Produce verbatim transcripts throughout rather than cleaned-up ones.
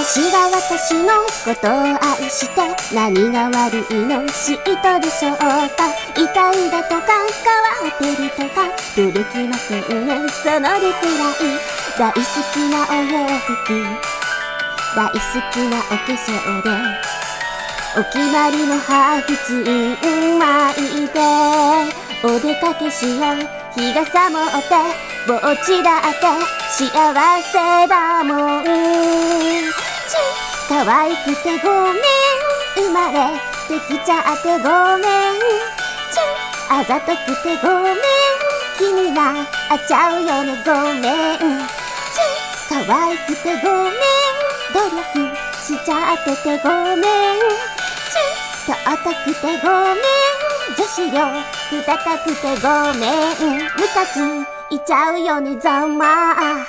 私は私のことを愛して何が悪いの嫉妬でしょうか。痛いだとか変わってるとか届きませんね、そのリプライ。大好きなお洋服、大好きなお化粧でお決まりのハーフツイン巻いてお出かけしよう。日傘持ってぼっちだって幸せだもん。可愛くてごめん、生まれてきちゃってごめん。あざとくてごめん、気になっちゃうよねごめん。可愛くてごめん、努力しちゃっててごめん。尊くてごめん、女子力高くてごめん。ムカついちゃうよねざまあ。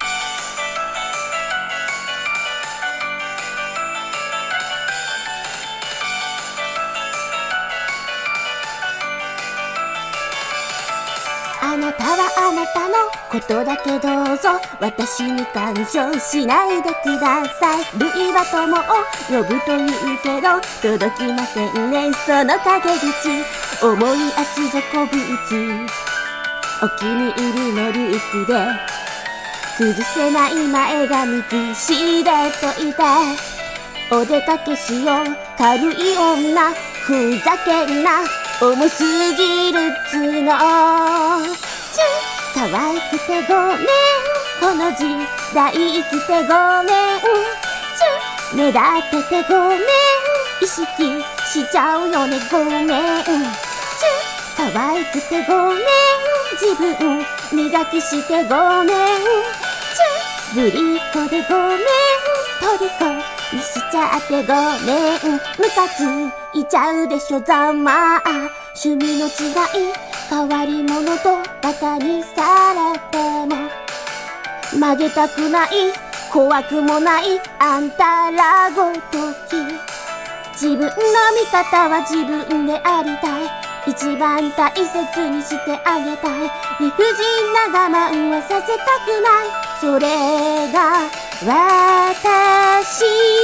あなたはあなたのことだけどうぞ私に干渉しないでください。類は友を呼ぶと言うけど届きませんね、その陰口。思い厚底ブーツお気に入りのループで崩せない前髪くしれといてお出かけしよう。軽い女ふざけんな重すぎるっつの。可愛くてごめん、この時代生きてごめん。目立っててごめん、意識しちゃうよねごめん。可愛くてごめん、自分磨きしてごめん。ぶりっ子でごめん、虜にしちゃってごめん。ムカついちゃうでしょざまあ。趣味の違い変わり者とバカにされても曲げたくない怖くもないあんたらごとき。自分の味方は自分でありたい、一番大切にしてあげたい。理不尽な我慢はさせたくない、それが私。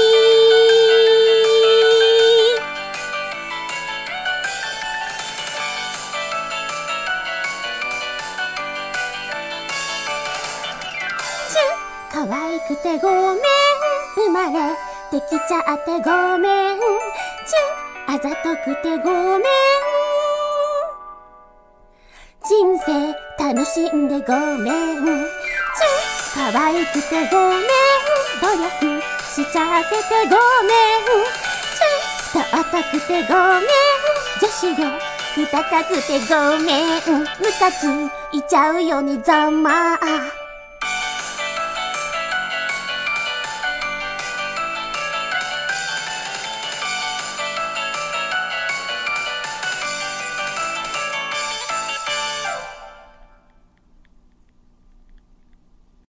可愛くてごめん、生まれてきちゃってごめん。あざとくてごめん、人生楽しんでごめん。可愛くてごめん、努力しちゃっててごめん。尊くてごめん、女子力高くてごめん。ムカついちゃうよねざまあ。